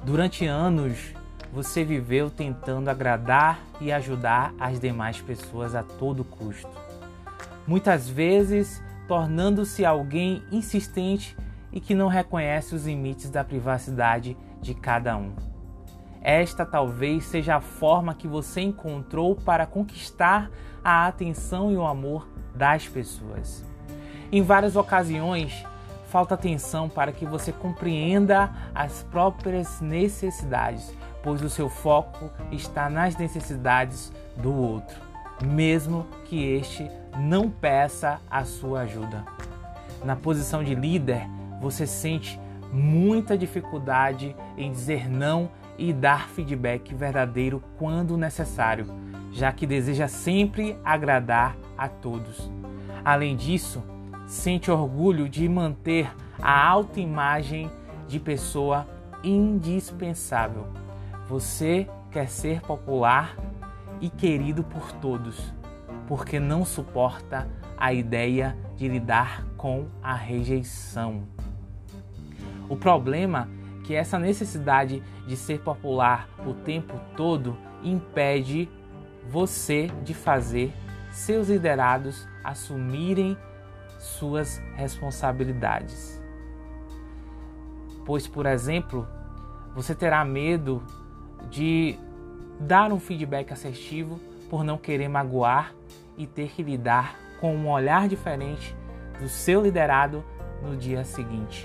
Durante anos, você viveu tentando agradar e ajudar as demais pessoas a todo custo. Muitas vezes, tornando-se alguém insistente e que não reconhece os limites da privacidade de cada um. Esta talvez seja a forma que você encontrou para conquistar a atenção e o amor das pessoas. Em várias ocasiões, falta atenção para que você compreenda as próprias necessidades, pois o seu foco está nas necessidades do outro, mesmo que este não peça a sua ajuda. Na posição de líder, você sente muita dificuldade em dizer não e dar feedback verdadeiro quando necessário, já que deseja sempre agradar a todos. Além disso, sente orgulho de manter a autoimagem de pessoa indispensável. Você quer ser popular e querido por todos, porque não suporta a ideia de lidar com a rejeição. O problema é que essa necessidade de ser popular o tempo todo impede você de fazer seus liderados assumirem suas responsabilidades. Pois, por exemplo, você terá medo de dar um feedback assertivo por não querer magoar e ter que lidar com um olhar diferente do seu liderado no dia seguinte.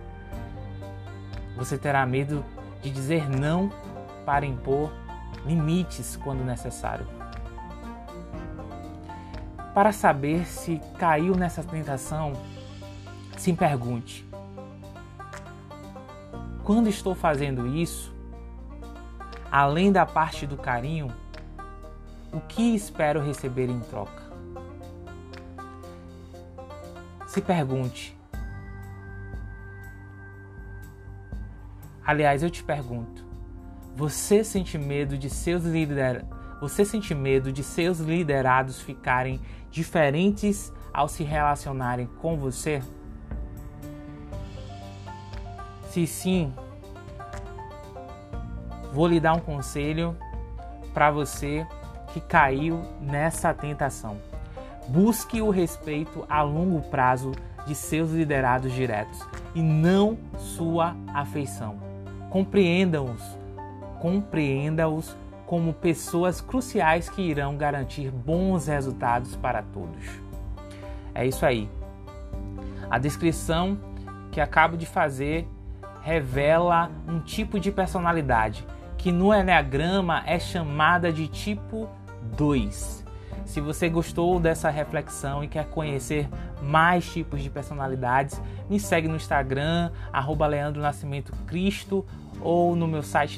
Você terá medo de dizer não para impor limites quando necessário. Para saber se caiu nessa tentação, se pergunte: quando estou fazendo isso, além da parte do carinho, o que espero receber em troca? Se pergunte. Aliás, eu te pergunto, você sente medo de seus liderados ficarem diferentes ao se relacionarem com você? Se sim, vou lhe dar um conselho para você que caiu nessa tentação. Busque o respeito a longo prazo de seus liderados diretos e não sua afeição. Compreenda-os como pessoas cruciais que irão garantir bons resultados para todos. É isso aí. A descrição que acabo de fazer revela um tipo de personalidade que no Eneagrama é chamada de tipo 2. Se você gostou dessa reflexão e quer conhecer mais tipos de personalidades, me segue no Instagram, @LeandroNascimentoCristo, ou no meu site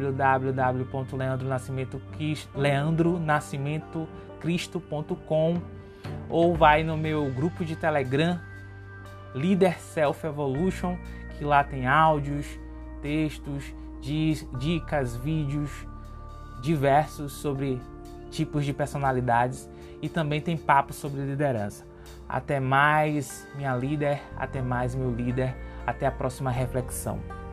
www.leandronascimentocristo.com, ou vai no meu grupo de Telegram, Leader Self Evolution, que lá tem áudios, textos, dicas, vídeos diversos sobre tipos de personalidades e também tem papo sobre liderança. Até mais, minha líder, até mais, meu líder, até a próxima reflexão.